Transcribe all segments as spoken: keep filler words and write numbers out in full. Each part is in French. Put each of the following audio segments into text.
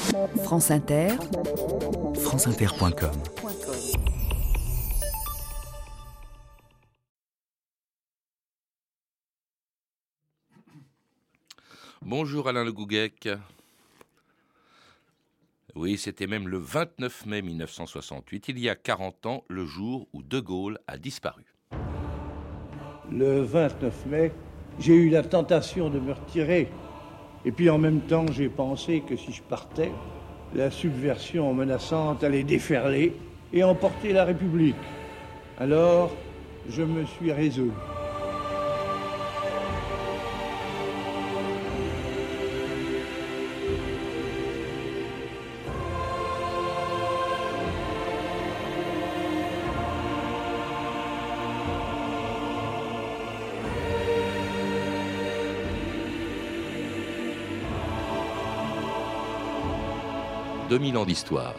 France Inter, france inter point com. Bonjour Alain Le Gouguec. Oui, c'était même le vingt-neuf mai mille neuf cent soixante-huit, il y a quarante ans, le jour où De Gaulle a disparu. Le vingt-neuf mai, j'ai eu la tentation de me retirer. Et puis en même temps, j'ai pensé que si je partais, la subversion menaçante allait déferler et emporter la République. Alors, je me suis résolu. deux mille ans d'histoire.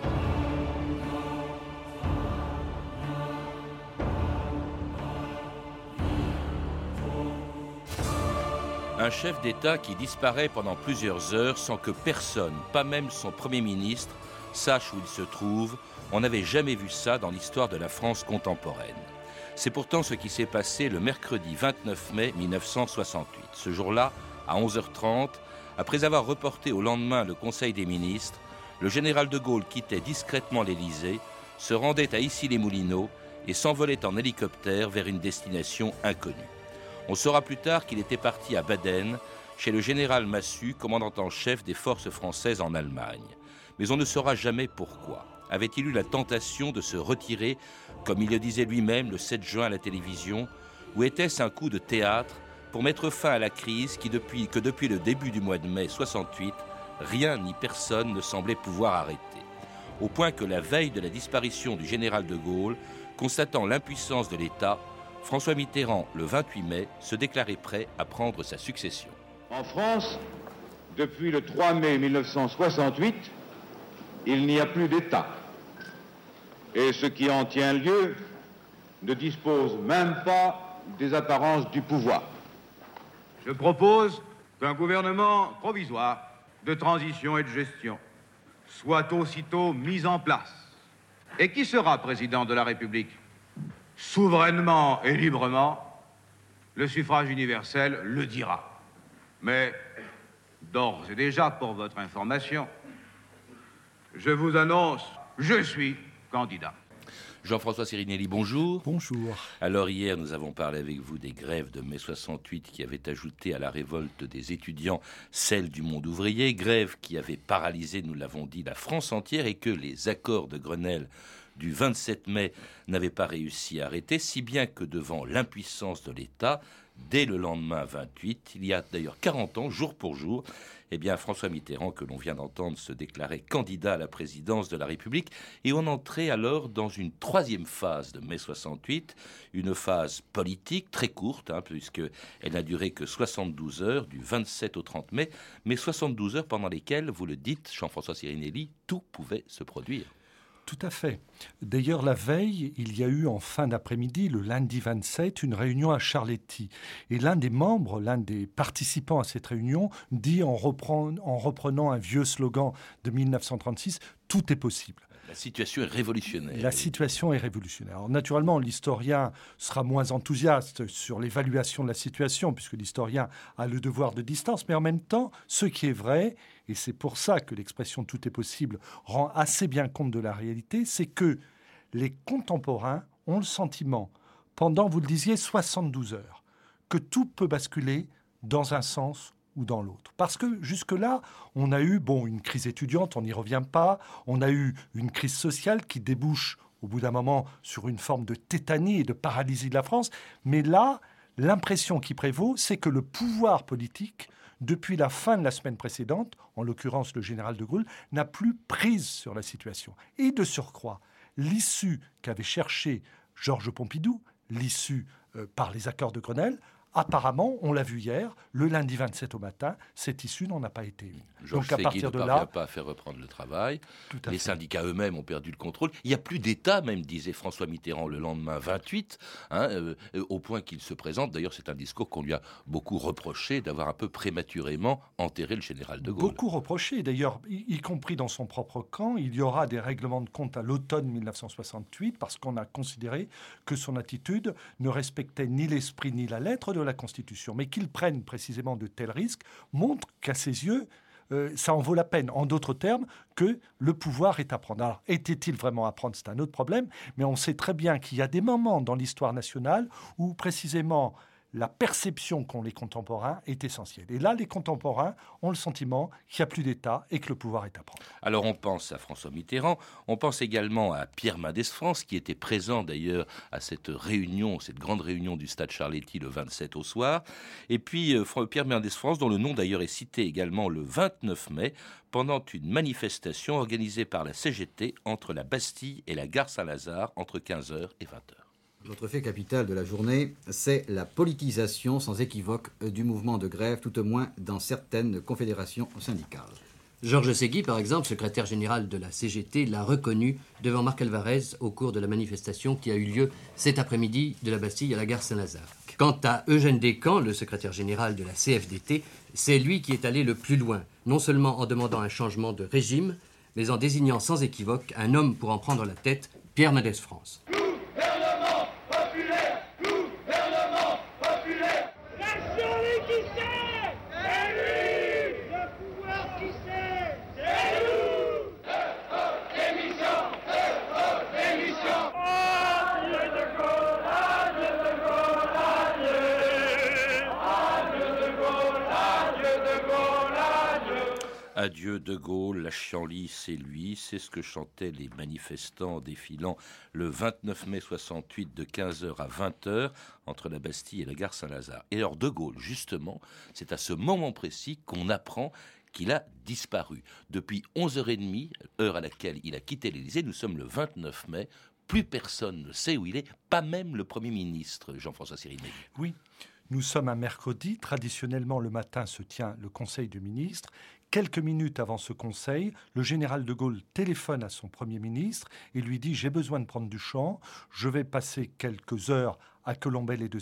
Un chef d'État qui disparaît pendant plusieurs heures sans que personne, pas même son Premier ministre, sache où il se trouve. On n'avait jamais vu ça dans l'histoire de la France contemporaine. C'est pourtant ce qui s'est passé le mercredi vingt-neuf mai mille neuf cent soixante-huit. Ce jour-là, à onze heures trente, après avoir reporté au lendemain le Conseil des ministres, le général de Gaulle quittait discrètement l'Élysée, se rendait à Issy-les-Moulineaux et s'envolait en hélicoptère vers une destination inconnue. On saura plus tard qu'il était parti à Baden, chez le général Massu, commandant en chef des forces françaises en Allemagne. Mais on ne saura jamais pourquoi. Avait-il eu la tentation de se retirer, comme il le disait lui-même le sept juin à la télévision, ou était-ce un coup de théâtre pour mettre fin à la crise qui, depuis, que depuis le début du mois de mai soixante-huit, rien ni personne ne semblait pouvoir arrêter. Au point que la veille de la disparition du général de Gaulle, constatant l'impuissance de l'État, François Mitterrand, le vingt-huit mai, se déclarait prêt à prendre sa succession. En France, depuis le trois mai mille neuf cent soixante-huit, il n'y a plus d'État. Et ce qui en tient lieu ne dispose même pas des apparences du pouvoir. Je propose qu'un gouvernement provisoire de transition et de gestion soit aussitôt mis en place. Et qui sera président de la République? Souverainement et librement, le suffrage universel le dira. Mais, d'ores et déjà, pour votre information, je vous annonce, je suis candidat. Jean-François Sirinelli, bonjour. Bonjour. Alors hier, nous avons parlé avec vous des grèves de mai soixante-huit qui avaient ajouté à la révolte des étudiants celle du monde ouvrier, grève qui avait paralysé, nous l'avons dit, la France entière et que les accords de Grenelle du vingt-sept mai n'avaient pas réussi à arrêter, si bien que devant l'impuissance de l'État, dès le lendemain vingt-huit, il y a d'ailleurs quarante ans, jour pour jour, eh bien François Mitterrand, que l'on vient d'entendre, se déclarait candidat à la présidence de la République et on entrait alors dans une troisième phase de mai soixante-huit, une phase politique très courte, hein, puisqu'elle n'a duré que soixante-douze heures, du vingt-sept au trente mai, mais soixante-douze heures pendant lesquelles, vous le dites, Jean-François Sirinelli, tout pouvait se produire. Tout à fait. D'ailleurs, la veille, il y a eu en fin d'après-midi, le lundi vingt-sept, une réunion à Charletti. Et l'un des membres, l'un des participants à cette réunion, dit en, reprend, en reprenant un vieux slogan de mille neuf cent trente-six, « Tout est possible ». La situation est révolutionnaire. La situation est révolutionnaire. Alors, naturellement, l'historien sera moins enthousiaste sur l'évaluation de la situation, puisque l'historien a le devoir de distance, mais en même temps, ce qui est vrai, et c'est pour ça que l'expression « tout est possible » rend assez bien compte de la réalité, c'est que les contemporains ont le sentiment, pendant, vous le disiez, soixante-douze heures, que tout peut basculer dans un sens ou dans l'autre. Parce que jusque-là, on a eu bon, une crise étudiante, on n'y revient pas, on a eu une crise sociale qui débouche au bout d'un moment sur une forme de tétanie et de paralysie de la France, mais là, l'impression qui prévaut, c'est que le pouvoir politique, depuis la fin de la semaine précédente, en l'occurrence le général de Gaulle, n'a plus prise sur la situation. Et de surcroît, l'issue qu'avait cherchée Georges Pompidou, l'issue euh, par les accords de Grenelle, Apparemment, on l'a vu hier, le lundi vingt-sept au matin, cette issue n'en a pas été une. Georges Donc à Séguy partir ne de parvient là, pas à faire reprendre le travail. les fait. syndicats eux-mêmes ont perdu le contrôle. Il n'y a plus d'État, même, disait François Mitterrand le lendemain vingt-huit, hein, euh, au point qu'il se présente. D'ailleurs, c'est un discours qu'on lui a beaucoup reproché d'avoir un peu prématurément enterré le général de Gaulle. Beaucoup reproché. D'ailleurs, y, y compris dans son propre camp, il y aura des règlements de compte à l'automne mille neuf cent soixante-huit parce qu'on a considéré que son attitude ne respectait ni l'esprit ni la lettre de la Constitution. Mais qu'il prenne précisément de tels risques montre qu'à ses yeux, euh, ça en vaut la peine. En d'autres termes, que le pouvoir est à prendre. Alors, était-il vraiment à prendre? C'est un autre problème. Mais on sait très bien qu'il y a des moments dans l'histoire nationale où précisément la perception qu'ont les contemporains est essentielle. Et là, les contemporains ont le sentiment qu'il n'y a plus d'État et que le pouvoir est à prendre. Alors on pense à François Mitterrand, on pense également à Pierre Mendès France, qui était présent d'ailleurs à cette réunion, cette grande réunion du Stade Charléty le vingt-sept au soir. Et puis euh, Pierre Mendès France, dont le nom d'ailleurs est cité également le vingt-neuf mai, pendant une manifestation organisée par la C G T entre la Bastille et la gare Saint-Lazare entre quinze heures et vingt heures. L'autre fait capital de la journée, c'est la politisation sans équivoque du mouvement de grève, tout au moins dans certaines confédérations syndicales. Georges Séguy, par exemple, secrétaire général de la C G T, l'a reconnu devant Marc Alvarez au cours de la manifestation qui a eu lieu cet après-midi de la Bastille à la gare Saint-Lazare. Quant à Eugène Descamps, le secrétaire général de la C F D T, c'est lui qui est allé le plus loin, non seulement en demandant un changement de régime, mais en désignant sans équivoque un homme pour en prendre la tête, Pierre Mendès France. Adieu de Gaulle, la Chienlit, c'est lui, c'est ce que chantaient les manifestants défilant le vingt-neuf mai soixante-huit de quinze heures à vingt heures entre la Bastille et la gare Saint-Lazare. Et alors de Gaulle, justement, c'est à ce moment précis qu'on apprend qu'il a disparu. Depuis onze heures trente, heure à laquelle il a quitté l'Élysée, nous sommes le vingt-neuf mai, plus personne ne sait où il est, pas même le Premier ministre, Jean-François Sérinelli. Oui, nous sommes un mercredi, traditionnellement le matin se tient le Conseil des ministres. Quelques minutes avant ce conseil, le général de Gaulle téléphone à son Premier ministre et lui dit « J'ai besoin de prendre du champ, je vais passer quelques heures à Colombey-les-Deux-Églises ».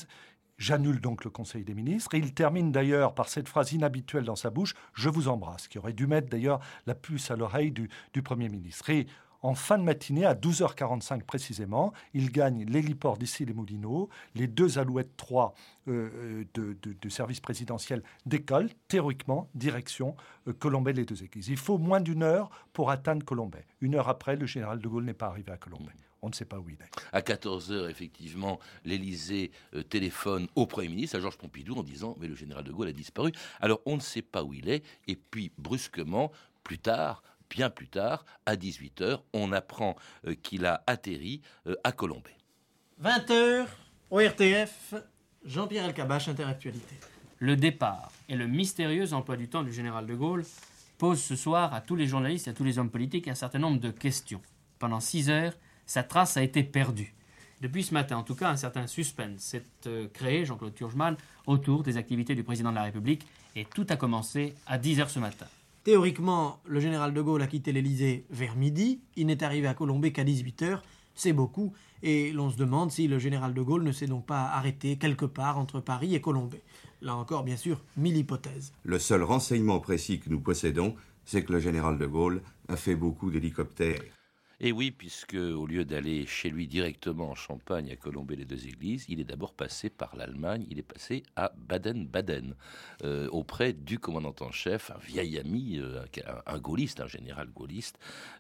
J'annule donc le Conseil des ministres. Et il termine d'ailleurs par cette phrase inhabituelle dans sa bouche « Je vous embrasse », qui aurait dû mettre d'ailleurs la puce à l'oreille du, du Premier ministre. Et en fin de matinée, à douze heures quarante-cinq précisément, il gagne l'héliport d'Issy-les-Moulineaux. Les deux Alouettes trois euh, de, de, de service présidentiel décollent, théoriquement, direction euh, Colombey-les-Deux-Églises. Il faut moins d'une heure pour atteindre Colombey. Une heure après, le général de Gaulle n'est pas arrivé à Colombey. On ne sait pas où il est. À quatorze heures, effectivement, l'Élysée euh, téléphone au Premier ministre, à Georges Pompidou, en disant « Mais le général de Gaulle a disparu ». Alors, on ne sait pas où il est. Et puis, brusquement, plus tard, bien plus tard, à dix-huit heures, on apprend euh, qu'il a atterri euh, à Colombey. vingt heures, au R T F, Jean-Pierre Elkabbach, Interactualité. Le départ et le mystérieux emploi du temps du général de Gaulle posent ce soir à tous les journalistes et à tous les hommes politiques un certain nombre de questions. Pendant six heures, sa trace a été perdue. Depuis ce matin, en tout cas, un certain suspense s'est euh, créé, Jean-Claude Turgeman, autour des activités du président de la République, et tout a commencé à dix heures ce matin. Théoriquement, le général de Gaulle a quitté l'Élysée vers midi. Il n'est arrivé à Colombey qu'à dix-huit heures. C'est beaucoup. Et l'on se demande si le général de Gaulle ne s'est donc pas arrêté quelque part entre Paris et Colombey. Là encore, bien sûr, mille hypothèses. Le seul renseignement précis que nous possédons, c'est que le général de Gaulle a fait beaucoup d'hélicoptères. Et oui, puisque au lieu d'aller chez lui directement en Champagne, à Colombey-les-Deux-Églises, il est d'abord passé par l'Allemagne, il est passé à Baden-Baden, euh, auprès du commandant en chef, un vieil ami, euh, un, un gaulliste, un général gaulliste,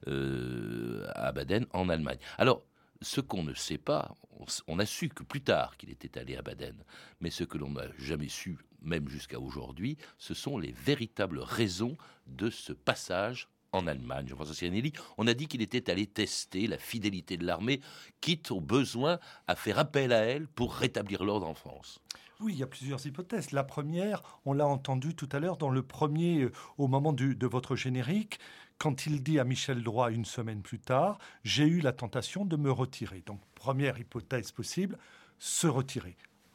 euh, à Baden, en Allemagne. Alors, ce qu'on ne sait pas, on, on a su que plus tard qu'il était allé à Baden, mais ce que l'on n'a jamais su, même jusqu'à aujourd'hui, ce sont les véritables raisons de ce passage en Allemagne. Jean-François Sérinelli, on a dit qu'il était allé tester la fidélité de l'armée, quitte au besoin à faire appel à elle pour rétablir l'ordre en France. Oui, il y a plusieurs hypothèses. La première, on l'a entendu tout à l'heure dans le premier, euh, au moment du, de votre générique, quand il dit à Michel Droit une semaine plus tard, « J'ai eu la tentation de me retirer ». Donc, première hypothèse possible, se retirer.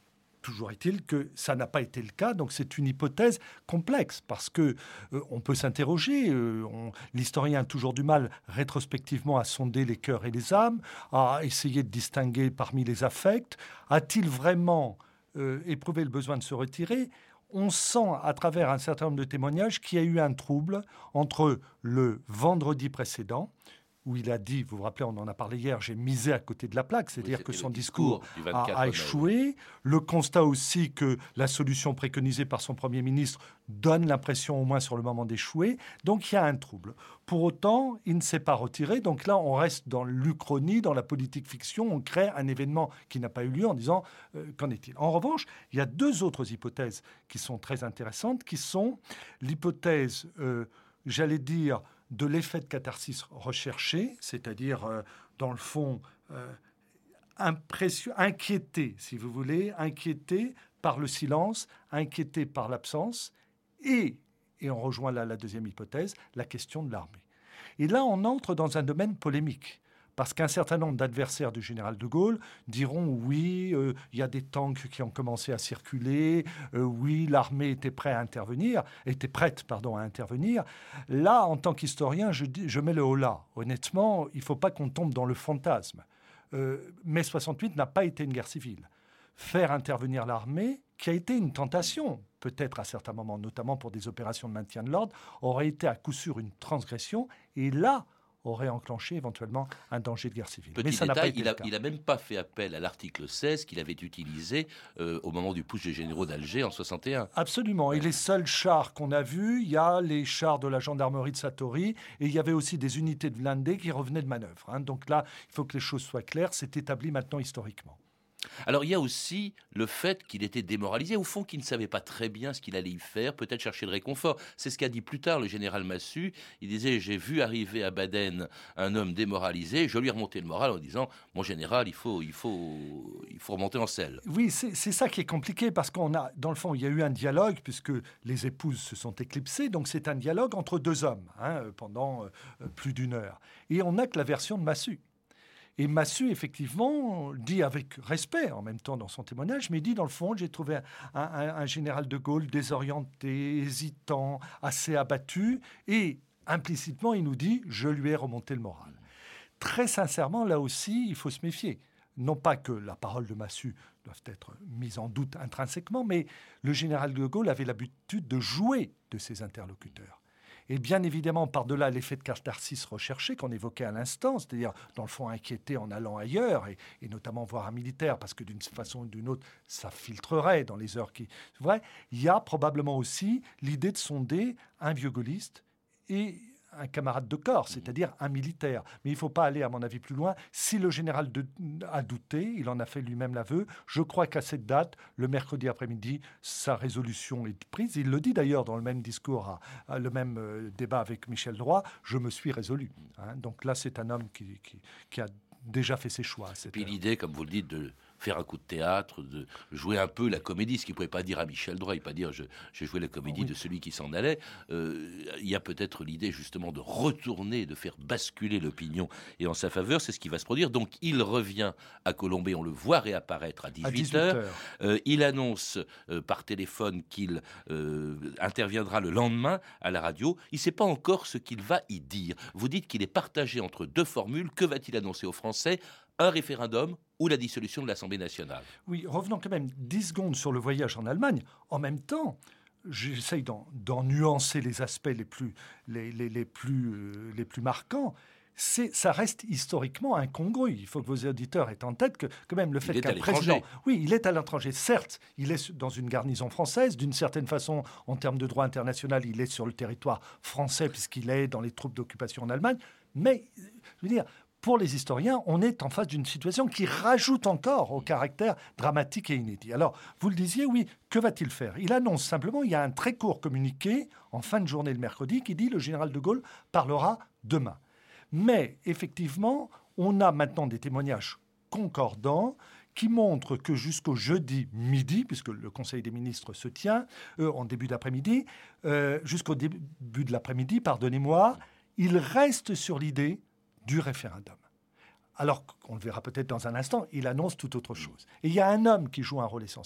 toujours est-il que ça n'a pas été le cas, donc c'est une hypothèse complexe, parce que euh, on peut s'interroger, euh, on, l'historien a toujours du mal rétrospectivement à sonder les cœurs et les âmes, à essayer de distinguer parmi les affects. A-t-il vraiment euh, éprouvé le besoin de se retirer ? On sent à travers un certain nombre de témoignages qu'il y a eu un trouble entre le vendredi précédent, où il a dit, vous vous rappelez, on en a parlé hier, j'ai misé à côté de la plaque, c'est-à-dire oui, que son discours, discours a, a échoué. Le constat aussi que la solution préconisée par son Premier ministre donne l'impression au moins sur le moment d'échouer. Donc il y a un trouble. Pour autant, il ne s'est pas retiré. Donc là, on reste dans l'Uchronie, dans la politique fiction. On crée un événement qui n'a pas eu lieu en disant euh, qu'en est-il ? En revanche, il y a deux autres hypothèses qui sont très intéressantes, qui sont l'hypothèse, euh, j'allais dire, de l'effet de catharsis recherché, c'est-à-dire, euh, dans le fond, euh, impression, inquiété, si vous voulez, inquiété par le silence, inquiété par l'absence, et, et on rejoint là la deuxième hypothèse, la question de l'armée. Et là, on entre dans un domaine polémique, parce qu'un certain nombre d'adversaires du général de Gaulle diront oui, il euh, y a des tanks qui ont commencé à circuler, euh, oui, l'armée était prête à intervenir, était prête, pardon, à intervenir. Là, en tant qu'historien, je, dis, je mets le holà. Honnêtement, il ne faut pas qu'on tombe dans le fantasme. Euh, mai soixante-huit n'a pas été une guerre civile. Faire intervenir l'armée, qui a été une tentation, peut-être à certains moments, notamment pour des opérations de maintien de l'ordre, aurait été à coup sûr une transgression. Et là, aurait enclenché éventuellement un danger de guerre civile. Petit Mais ça détail, n'a pas été il le cas. n'a même pas fait appel à l'article seize qu'il avait utilisé euh, au moment du putsch des généraux d'Alger en soixante et un. Absolument. Ouais. Et les seuls chars qu'on a vus, il y a les chars de la gendarmerie de Satory et il y avait aussi des unités de blindés qui revenaient de manœuvre. Hein. Donc là, il faut que les choses soient claires. C'est établi maintenant historiquement. Alors il y a aussi le fait qu'il était démoralisé, au fond qu'il ne savait pas très bien ce qu'il allait y faire, peut-être chercher le réconfort. C'est ce qu'a dit plus tard le général Massu. Il disait « J'ai vu arriver à Baden un homme démoralisé, je lui ai remonté le moral en disant « Mon général, il faut, il faut, il faut remonter en selle. » Oui, c'est, c'est ça qui est compliqué parce qu'on a, dans le fond, il y a eu un dialogue puisque les épouses se sont éclipsées, donc c'est un dialogue entre deux hommes hein, pendant euh, plus d'une heure. Et on n'a que la version de Massu. Et Massu, effectivement, dit avec respect en même temps dans son témoignage, mais dit dans le fond, j'ai trouvé un, un, un général de Gaulle désorienté, hésitant, assez abattu, et implicitement, il nous dit, je lui ai remonté le moral. Très sincèrement, là aussi, il faut se méfier. Non pas que la parole de Massu doive être mise en doute intrinsèquement, mais le général de Gaulle avait l'habitude de jouer de ses interlocuteurs. Et bien évidemment, par-delà l'effet de catharsis recherché qu'on évoquait à l'instant, c'est-à-dire, dans le fond, inquiété en allant ailleurs, et, et notamment voir un militaire, parce que d'une façon ou d'une autre, ça filtrerait dans les heures qui... C'est vrai, il y a probablement aussi l'idée de sonder un vieux gaulliste et un camarade de corps, c'est-à-dire un militaire. Mais il ne faut pas aller, à mon avis, plus loin. Si le général de, a douté, il en a fait lui-même l'aveu, je crois qu'à cette date, le mercredi après-midi, sa résolution est prise. Il le dit d'ailleurs dans le même discours, à, à le même euh, débat avec Michel Droit, je me suis résolu. Hein. Donc là, c'est un homme qui, qui, qui a déjà fait ses choix. Et puis heure. L'idée, comme vous le dites, de faire un coup de théâtre, de jouer un peu la comédie, ce qu'il ne pouvait pas dire à Michel Droit, il ne peut pas dire je, j'ai joué la comédie oui. de celui qui s'en allait. Euh, il y a peut-être l'idée justement de retourner, de faire basculer l'opinion et en sa faveur, c'est ce qui va se produire. Donc il revient à Colombey, on le voit réapparaître à dix-huit heures. Euh, il annonce euh, par téléphone qu'il euh, interviendra le lendemain à la radio. Il ne sait pas encore ce qu'il va y dire. Vous dites qu'il est partagé entre deux formules. Que va-t-il annoncer aux Français ? Un référendum ou la dissolution de l'Assemblée nationale. Oui, revenons quand même dix secondes sur le voyage en Allemagne. En même temps, j'essaye d'en, d'en nuancer les aspects les plus, les, les, les plus, euh, les plus marquants. C'est, ça reste historiquement incongru. Il faut que vos auditeurs aient en tête que quand même le fait qu'un président... Oui, il est à l'étranger. Certes, il est dans une garnison française. D'une certaine façon, en termes de droit international, il est sur le territoire français puisqu'il est dans les troupes d'occupation en Allemagne. Mais, je veux dire... Pour les historiens, on est en face d'une situation qui rajoute encore au caractère dramatique et inédit. Alors, vous le disiez, oui, que va-t-il faire ? Il annonce simplement, il y a un très court communiqué en fin de journée le mercredi qui dit « Le général de Gaulle parlera demain ». Mais effectivement, on a maintenant des témoignages concordants qui montrent que jusqu'au jeudi midi, puisque le Conseil des ministres se tient euh, en début d'après-midi, euh, jusqu'au début de l'après-midi, pardonnez-moi, il reste sur l'idée du référendum. Alors qu'on le verra peut-être dans un instant, il annonce tout autre chose. Et il y a un homme qui joue un rôle essentiel,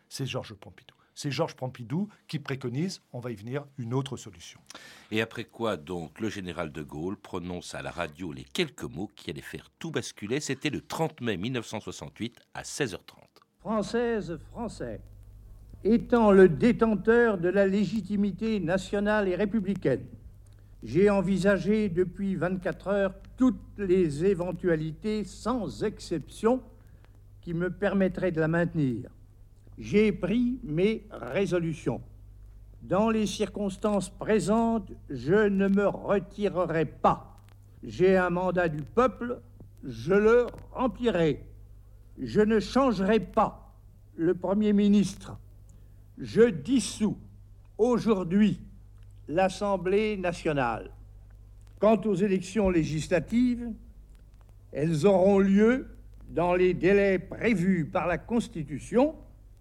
c'est Georges Pompidou. C'est Georges Pompidou qui préconise, on va y venir, une autre solution. Et après quoi, donc, le général de Gaulle prononce à la radio les quelques mots qui allaient faire tout basculer. C'était le trente mai mille neuf cent soixante-huit à seize heures trente. Française, Français, étant le détenteur de la légitimité nationale et républicaine, j'ai envisagé depuis vingt-quatre heures toutes les éventualités, sans exception, qui me permettraient de la maintenir. J'ai pris mes résolutions. Dans les circonstances présentes, je ne me retirerai pas. J'ai un mandat du peuple, je le remplirai. Je ne changerai pas le Premier ministre. Je dissous aujourd'hui l'Assemblée nationale. Quant aux élections législatives, elles auront lieu dans les délais prévus par la Constitution,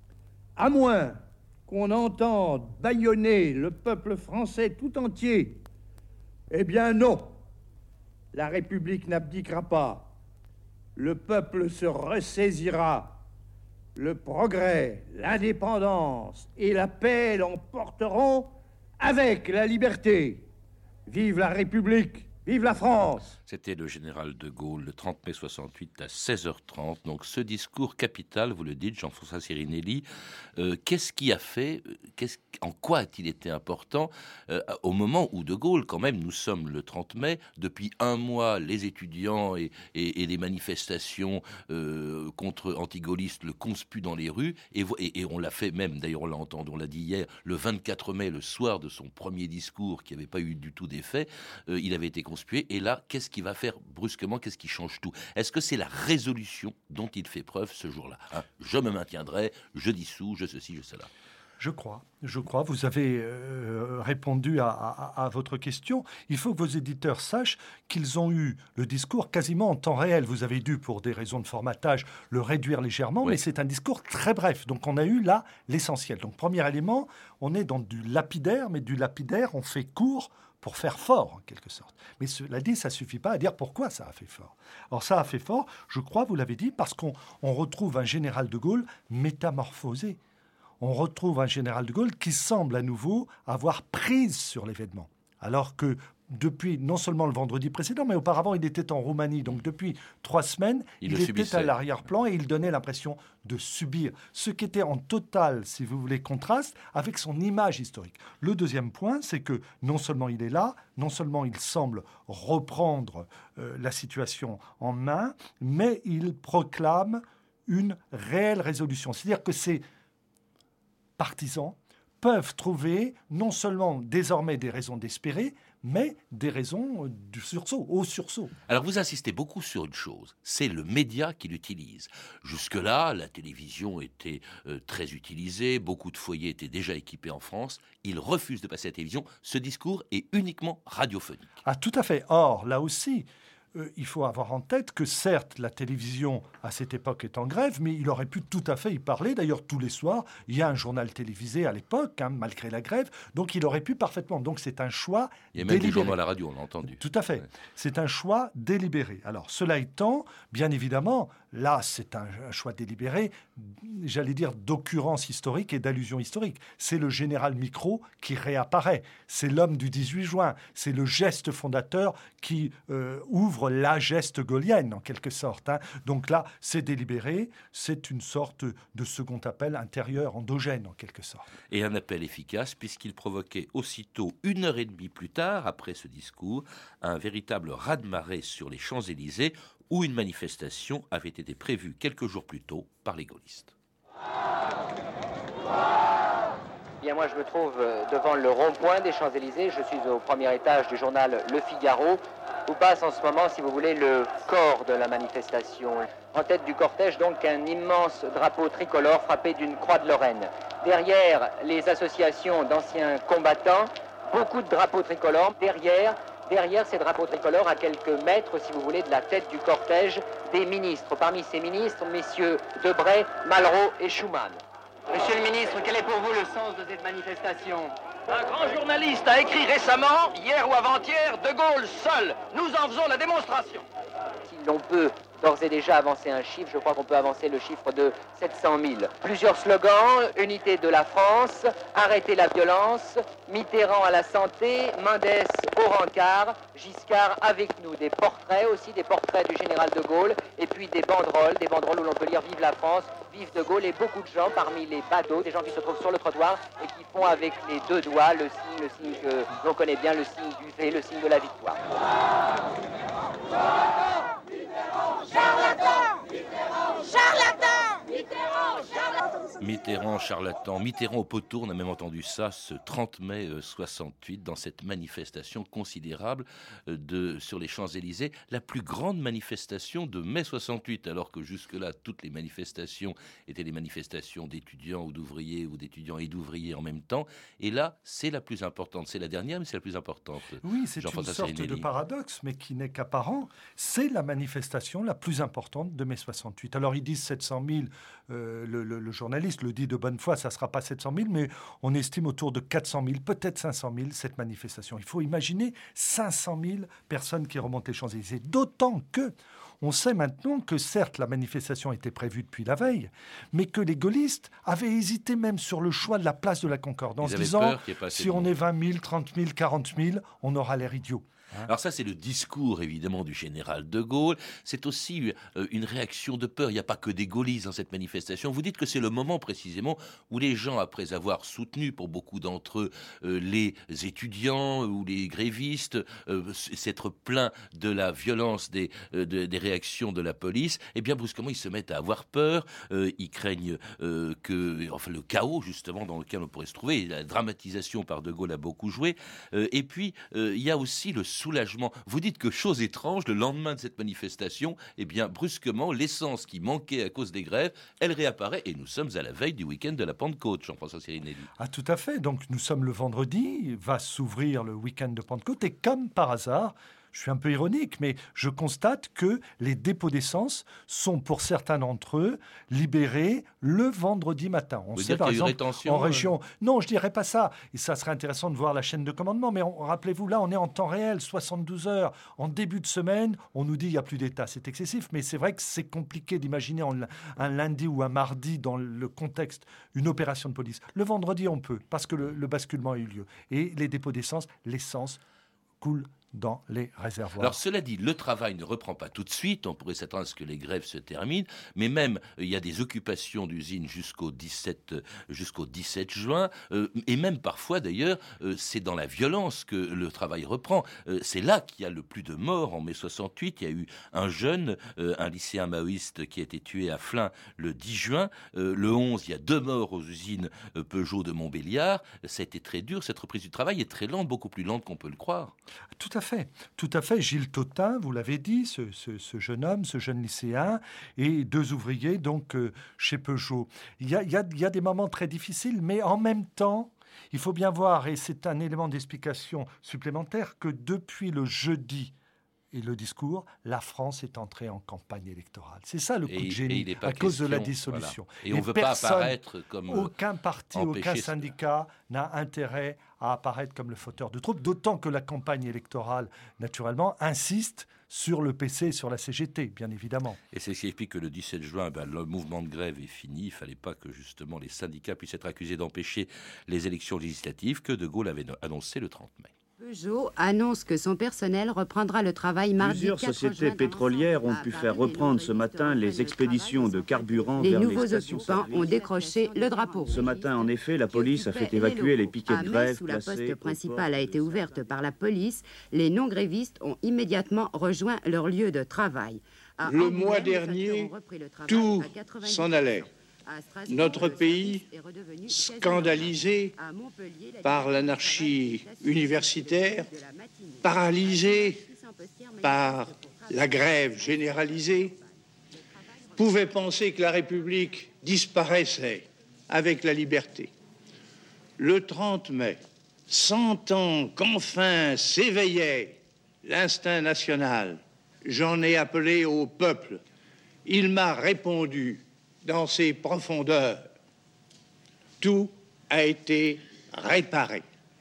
à moins qu'on entende bâillonner le peuple français tout entier. Eh bien non, la République n'abdiquera pas. Le peuple se ressaisira. Le progrès, l'indépendance et la paix l'emporteront avec la liberté. Vive la République! Vive la France! C'était le général de Gaulle le trente mai soixante-huit à seize heures trente. Donc ce discours capital, vous le dites, Jean-François Sirinelli, euh, qu'est-ce qui a fait, qu'est-ce, en quoi a-t-il été important euh, au moment où de Gaulle, quand même, nous sommes le trente mai, depuis un mois, les étudiants et, et, et les manifestations euh, contre anti-gaullistes le conspuent dans les rues, et, et, et on l'a fait même, d'ailleurs on l'a entendu, on l'a dit hier, le vingt-quatre mai, le soir de son premier discours, qui n'avait pas eu du tout d'effet, euh, il avait été conspué, et là, qu'est-ce qui va faire brusquement, qu'est-ce qui change tout? Est-ce que c'est la résolution dont il fait preuve ce jour-là, hein? Je me maintiendrai, je dissous, je ceci, je cela. Je crois, je crois. Vous avez euh, répondu à, à, à votre question. Il faut que vos éditeurs sachent qu'ils ont eu le discours quasiment en temps réel. Vous avez dû, pour des raisons de formatage, le réduire légèrement, oui. Mais c'est un discours très bref. Donc on a eu là l'essentiel. Donc premier élément, on est dans du lapidaire, mais du lapidaire, on fait court pour faire fort, en quelque sorte. Mais cela dit, ça ne suffit pas à dire pourquoi ça a fait fort. Alors ça a fait fort, je crois, vous l'avez dit, parce qu'on on retrouve un général de Gaulle métamorphosé. On retrouve un général de Gaulle qui semble à nouveau avoir prise sur l'événement. Alors que depuis, non seulement le vendredi précédent, mais auparavant, il était en Roumanie. Donc depuis trois semaines, il, il était subissait. à l'arrière-plan et il donnait l'impression de subir. Ce qui était en total, si vous voulez, contraste avec son image historique. Le deuxième point, c'est que non seulement il est là, non seulement il semble reprendre euh, la situation en main, mais il proclame une réelle résolution. C'est-à-dire que ces partisans peuvent trouver non seulement désormais des raisons d'espérer, mais des raisons du sursaut, au sursaut. Alors vous insistez beaucoup sur une chose, c'est le média qu'il utilise. Jusque-là, la télévision était euh, très utilisée, beaucoup de foyers étaient déjà équipés en France. Il refuse de passer à la télévision. Ce discours est uniquement radiophonique. Ah, tout à fait. Or, là aussi, Euh, il faut avoir en tête que certes, la télévision, à cette époque, est en grève, mais il aurait pu tout à fait y parler. D'ailleurs, tous les soirs, il y a un journal télévisé à l'époque, hein, malgré la grève, donc il aurait pu parfaitement. Donc c'est un choix délibéré. Il y a même des journaux à la radio, on l'a entendu. Tout à fait. Ouais. C'est un choix délibéré. Alors, cela étant, bien évidemment, là, c'est un, un choix délibéré, j'allais dire, d'occurrence historique et d'allusion historique. C'est le général Microt qui réapparaît. C'est l'homme du dix-huit juin. C'est le geste fondateur qui euh, ouvre la geste gaulienne, en quelque sorte. Hein. Donc là, c'est délibéré, c'est une sorte de second appel intérieur, endogène, en quelque sorte. Et un appel efficace, puisqu'il provoquait aussitôt, une heure et demie plus tard, après ce discours, un véritable raz-de-marée sur les Champs-Élysées, où une manifestation avait été prévue quelques jours plus tôt par les gaullistes. Bien, moi, je me trouve devant le rond-point des Champs-Élysées. Je suis au premier étage du journal Le Figaro, où passe en ce moment, si vous voulez, le corps de la manifestation. En tête du cortège, donc, un immense drapeau tricolore frappé d'une croix de Lorraine. Derrière, les associations d'anciens combattants, beaucoup de drapeaux tricolores. Derrière, derrière ces drapeaux tricolores, à quelques mètres, si vous voulez, de la tête du cortège, des ministres. Parmi ces ministres, messieurs Debray, Malraux et Schumann. Monsieur le ministre, quel est pour vous le sens de cette manifestation ? Un grand journaliste a écrit récemment, hier ou avant-hier, De Gaulle seul. Nous en faisons la démonstration. Si l'on peut d'ores et déjà avancer un chiffre, je crois qu'on peut avancer le chiffre de sept cent mille. Plusieurs slogans, unité de la France, arrêter la violence, Mitterrand à la santé, Mendès au rencard, Giscard avec nous. Des portraits aussi, des portraits du général de Gaulle, et puis des banderoles, des banderoles où l'on peut lire Vive la France, Vive de Gaulle, et beaucoup de gens parmi les badauds, des gens qui se trouvent sur le trottoir et qui font avec les deux doigts le signe, le signe que l'on connaît bien, le signe du V, le signe de la victoire. Charlatan! Mitterrand! Charlatan! Mitterrand! Charlatan! Mitterrand, charlatan, Mitterrand au poteau, on a même entendu ça ce trente mai soixante-huit dans cette manifestation considérable de, sur les Champs-Élysées, la plus grande manifestation de mai soixante-huit, alors que jusque-là toutes les manifestations étaient des manifestations d'étudiants ou d'ouvriers ou d'étudiants et d'ouvriers en même temps, et là c'est la plus importante, c'est la dernière mais c'est la plus importante. Oui, c'est une sorte Serinelli. de paradoxe mais qui n'est qu'apparent, c'est la manifestation la plus importante de mai soixante-huit. Alors ils disent sept cent mille, euh, le, le, le journaliste le dit de bonne foi, ça ne sera pas sept cent mille, mais on estime autour de quatre cent mille, peut-être cinq cent mille, cette manifestation. Il faut imaginer cinq cent mille personnes qui remontent les Champs-Élysées, d'autant que on sait maintenant que certes la manifestation était prévue depuis la veille, mais que les gaullistes avaient hésité même sur le choix de la place de la Concorde, en se disant si on est vingt mille, trente mille, quarante mille, on aura l'air idiot. Alors ça, c'est le discours, évidemment, du général de Gaulle. C'est aussi euh, une réaction de peur. Il n'y a pas que des gaullistes dans cette manifestation. Vous dites que c'est le moment, précisément, où les gens, après avoir soutenu, pour beaucoup d'entre eux, euh, les étudiants ou les grévistes, euh, s'être plaints de la violence des, euh, de, des réactions de la police, eh bien, brusquement, ils se mettent à avoir peur. Euh, ils craignent euh, que, enfin, le chaos, justement, dans lequel on pourrait se trouver. La dramatisation par de Gaulle a beaucoup joué. Euh, et puis, euh, il y a aussi le soulagement. Vous dites que, chose étrange, le lendemain de cette manifestation, eh bien, brusquement, l'essence qui manquait à cause des grèves, elle réapparaît et nous sommes à la veille du week-end de la Pentecôte, Jean-François Serinelli. Ah, tout à fait. Donc, nous sommes le vendredi, va s'ouvrir le week-end de Pentecôte et comme par hasard, je suis un peu ironique, mais je constate que les dépôts d'essence sont, pour certains d'entre eux, libérés le vendredi matin. On Vous sait, par exemple, en région... Euh... Non, je ne dirais pas ça. Et ça serait intéressant de voir la chaîne de commandement. Mais on, rappelez-vous, là, on est en temps réel, soixante-douze heures. En début de semaine, on nous dit qu'il n'y a plus d'État. C'est excessif, mais c'est vrai que c'est compliqué d'imaginer un lundi ou un mardi, dans le contexte, une opération de police. Le vendredi, on peut, parce que le, le basculement a eu lieu. Et les dépôts d'essence, l'essence coule dans les réservoirs. Alors cela dit, le travail ne reprend pas tout de suite, on pourrait s'attendre à ce que les grèves se terminent, mais même il y a des occupations d'usines jusqu'au dix-sept, jusqu'au dix-sept juin, euh, et même parfois d'ailleurs, euh, c'est dans la violence que le travail reprend. Euh, c'est là qu'il y a le plus de morts en mai soixante-huit. Il y a eu un jeune, euh, un lycéen maoïste qui a été tué à Flins le dix juin. Euh, le onze, il y a deux morts aux usines Peugeot de Montbéliard. Ça a été très dur, cette reprise du travail est très lente, beaucoup plus lente qu'on peut le croire. Tout à fait, tout à fait. Gilles Totin, vous l'avez dit, ce, ce, ce jeune homme, ce jeune lycéen, et deux ouvriers donc euh, chez Peugeot. Il y a, il y a, il y a des moments très difficiles, mais en même temps, il faut bien voir, et c'est un élément d'explication supplémentaire, que depuis le jeudi et le discours, la France est entrée en campagne électorale. C'est ça le coup et, de génie, à cause de la dissolution. Voilà. Et, et on ne veut pas apparaître comme aucun parti, aucun syndicat n'a intérêt à apparaître comme le fauteur de troubles, d'autant que la campagne électorale, naturellement, insiste sur le P C et sur la C G T, bien évidemment. Et c'est ce qui explique que le dix-sept juin, ben, le mouvement de grève est fini. Il ne fallait pas que, justement, les syndicats puissent être accusés d'empêcher les élections législatives que De Gaulle avait annoncé le trente mai. Peugeot annonce que son personnel reprendra le travail mardi. Plusieurs sociétés pétrolières ont pu faire reprendre ce matin les expéditions de carburant les vers les nouveaux stations occupants ont décroché le drapeau. Ce matin, en effet, la police a fait évacuer les piquets de grève où la poste principale a été ouverte par la police, les non-grévistes ont immédiatement rejoint leur lieu de travail. À le Angoulême, mois dernier, tout s'en allait. Notre pays, scandalisé par l'anarchie universitaire, paralysé par la grève généralisée, pouvait penser que la République disparaissait avec la liberté. Le trente mai, sentant qu'enfin s'éveillait l'instinct national, j'en ai appelé au peuple. Il m'a répondu dans ses profondeurs. Tout a été réparé.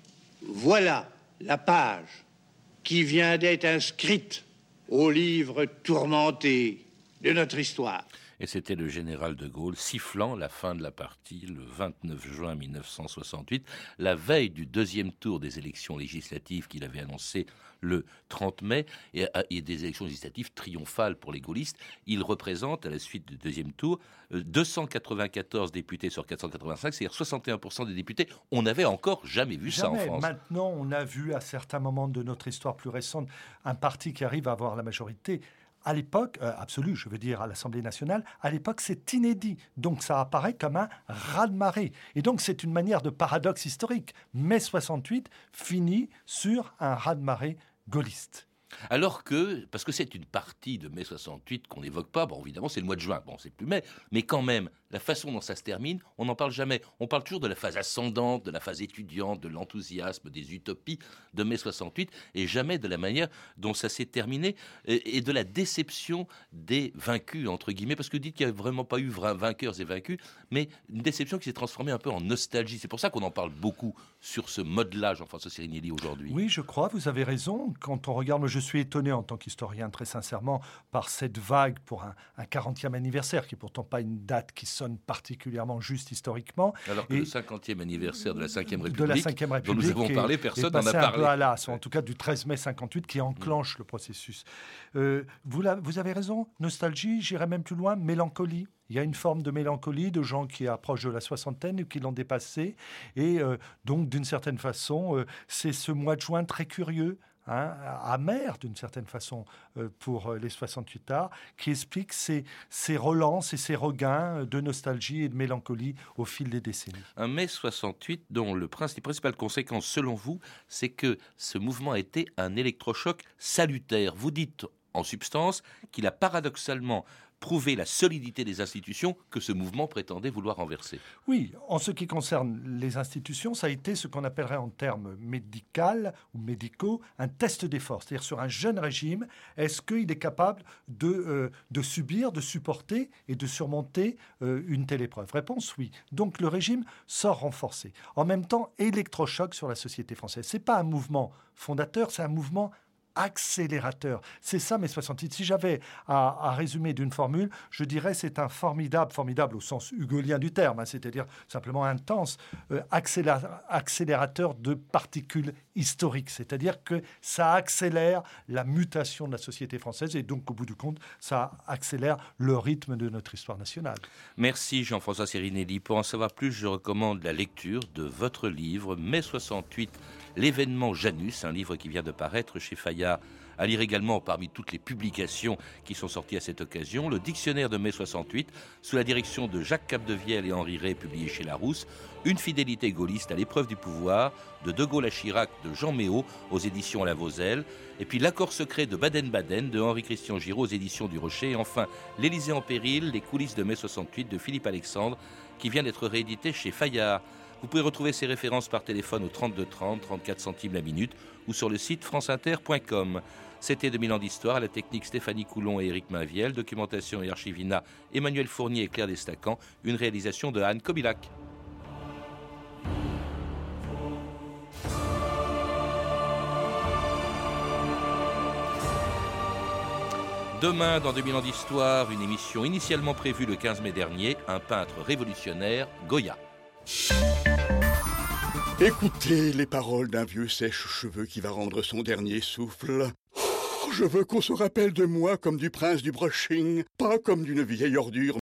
Voilà la page qui vient d'être inscrite au livre tourmenté de notre histoire. Et c'était le général de Gaulle sifflant la fin de la partie le vingt-neuf juin mille neuf cent soixante-huit, la veille du deuxième tour des élections législatives qu'il avait annoncé le trente mai, et, et des élections législatives triomphales pour les gaullistes. Il représente, à la suite du deuxième tour, deux cent quatre-vingt-quatorze députés sur quatre cent quatre-vingt-cinq, c'est-à-dire soixante et un pour cent des députés. On n'avait encore jamais vu jamais. ça en France. Maintenant, on a vu à certains moments de notre histoire plus récente un parti qui arrive à avoir la majorité. À l'époque, euh, absolue, je veux dire à l'Assemblée nationale, à l'époque c'est inédit. Donc ça apparaît comme un raz-de-marée. Et donc c'est une manière de paradoxe historique. Mai soixante-huit finit sur un raz-de-marée gaulliste. Alors que, parce que c'est une partie de mai soixante-huit qu'on n'évoque pas, bon évidemment c'est le mois de juin, bon c'est plus mai, mais quand même, la façon dont ça se termine, on n'en parle jamais. On parle toujours de la phase ascendante, de la phase étudiante, de l'enthousiasme, des utopies de mai soixante-huit, et jamais de la manière dont ça s'est terminé, et, et de la déception des vaincus, entre guillemets, parce que vous dites qu'il n'y a vraiment pas eu vainqueurs et vaincus, mais une déception qui s'est transformée un peu en nostalgie. C'est pour ça qu'on en parle beaucoup sur ce mode-là, Jean-François Sirinelli, aujourd'hui. Oui, je crois, vous avez raison. Quand on regarde, moi je suis étonné en tant qu'historien, très sincèrement, par cette vague pour un, un quarantième anniversaire, qui n'est pourtant pas une date qui sonne particulièrement juste historiquement. Alors que et le cinquantième anniversaire de la cinquième République, de la cinquième République dont nous avons parlé, personne n'en a parlé. un peu à l'as, en tout cas du treize mai cinquante-huit, qui enclenche mmh. le processus. Euh, vous, la, vous avez raison, nostalgie, j'irais même plus loin, mélancolie. Il y a une forme de mélancolie de gens qui approchent de la soixantaine ou qui l'ont dépassé. Et euh, donc, d'une certaine façon, euh, c'est ce mois de juin très curieux, Hein, amer d'une certaine façon euh, pour euh, les soixante-huit arts, qui explique ces, ces relances et ces regains de nostalgie et de mélancolie au fil des décennies. Un mai soixante-huit dont le principe, les principales conséquences, selon vous, c'est que ce mouvement a été un électrochoc salutaire. Vous dites, en substance, qu'il a paradoxalement prouvé la solidité des institutions que ce mouvement prétendait vouloir renverser. Oui, en ce qui concerne les institutions, ça a été ce qu'on appellerait en termes médicaux ou médicaux un test d'effort. C'est-à-dire sur un jeune régime, est-ce qu'il est capable de, euh, de subir, de supporter et de surmonter euh, une telle épreuve? Réponse oui. Donc le régime sort renforcé. En même temps, électrochoc sur la société française. Ce n'est pas un mouvement fondateur, c'est un mouvement accélérateur. C'est ça, mai soixante-huit. Si j'avais à, à résumer d'une formule, je dirais c'est un formidable, formidable au sens hugolien du terme, hein, c'est-à-dire simplement intense, euh, accélérateur, accélérateur de particules historiques. C'est-à-dire que ça accélère la mutation de la société française et donc, au bout du compte, ça accélère le rythme de notre histoire nationale. Merci Jean-François Sirinelli. Pour en savoir plus, je recommande la lecture de votre livre, mai soixante-huit, l'événement Janus, un livre qui vient de paraître chez Fayard. À lire également parmi toutes les publications qui sont sorties à cette occasion, le dictionnaire de mai soixante-huit, sous la direction de Jacques Capdevielle et Henri Rey, publié chez Larousse, Une fidélité gaulliste à l'épreuve du pouvoir, de De Gaulle à Chirac, de Jean Méot, aux éditions La Vozelle, et puis L'accord secret de Baden-Baden, de Henri-Christian Giraud, aux éditions du Rocher, et enfin L'Élysée en péril, les coulisses de mai soixante-huit, de Philippe Alexandre, qui vient d'être réédité chez Fayard. Vous pouvez retrouver ces références par téléphone au trente-deux trente, trente-quatre centimes la minute ou sur le site franceinter point com. C'était deux mille ans d'histoire, à la technique Stéphanie Coulon et Éric Mainviel, documentation et archivina Emmanuel Fournier et Claire Destacan, une réalisation de Anne Kobilac. Demain, dans deux mille ans d'histoire, une émission initialement prévue le quinze mai dernier, un peintre révolutionnaire, Goya. Écoutez les paroles d'un vieux sèche-cheveux qui va rendre son dernier souffle. Oh, je veux qu'on se rappelle de moi comme du prince du brushing, pas comme d'une vieille ordure.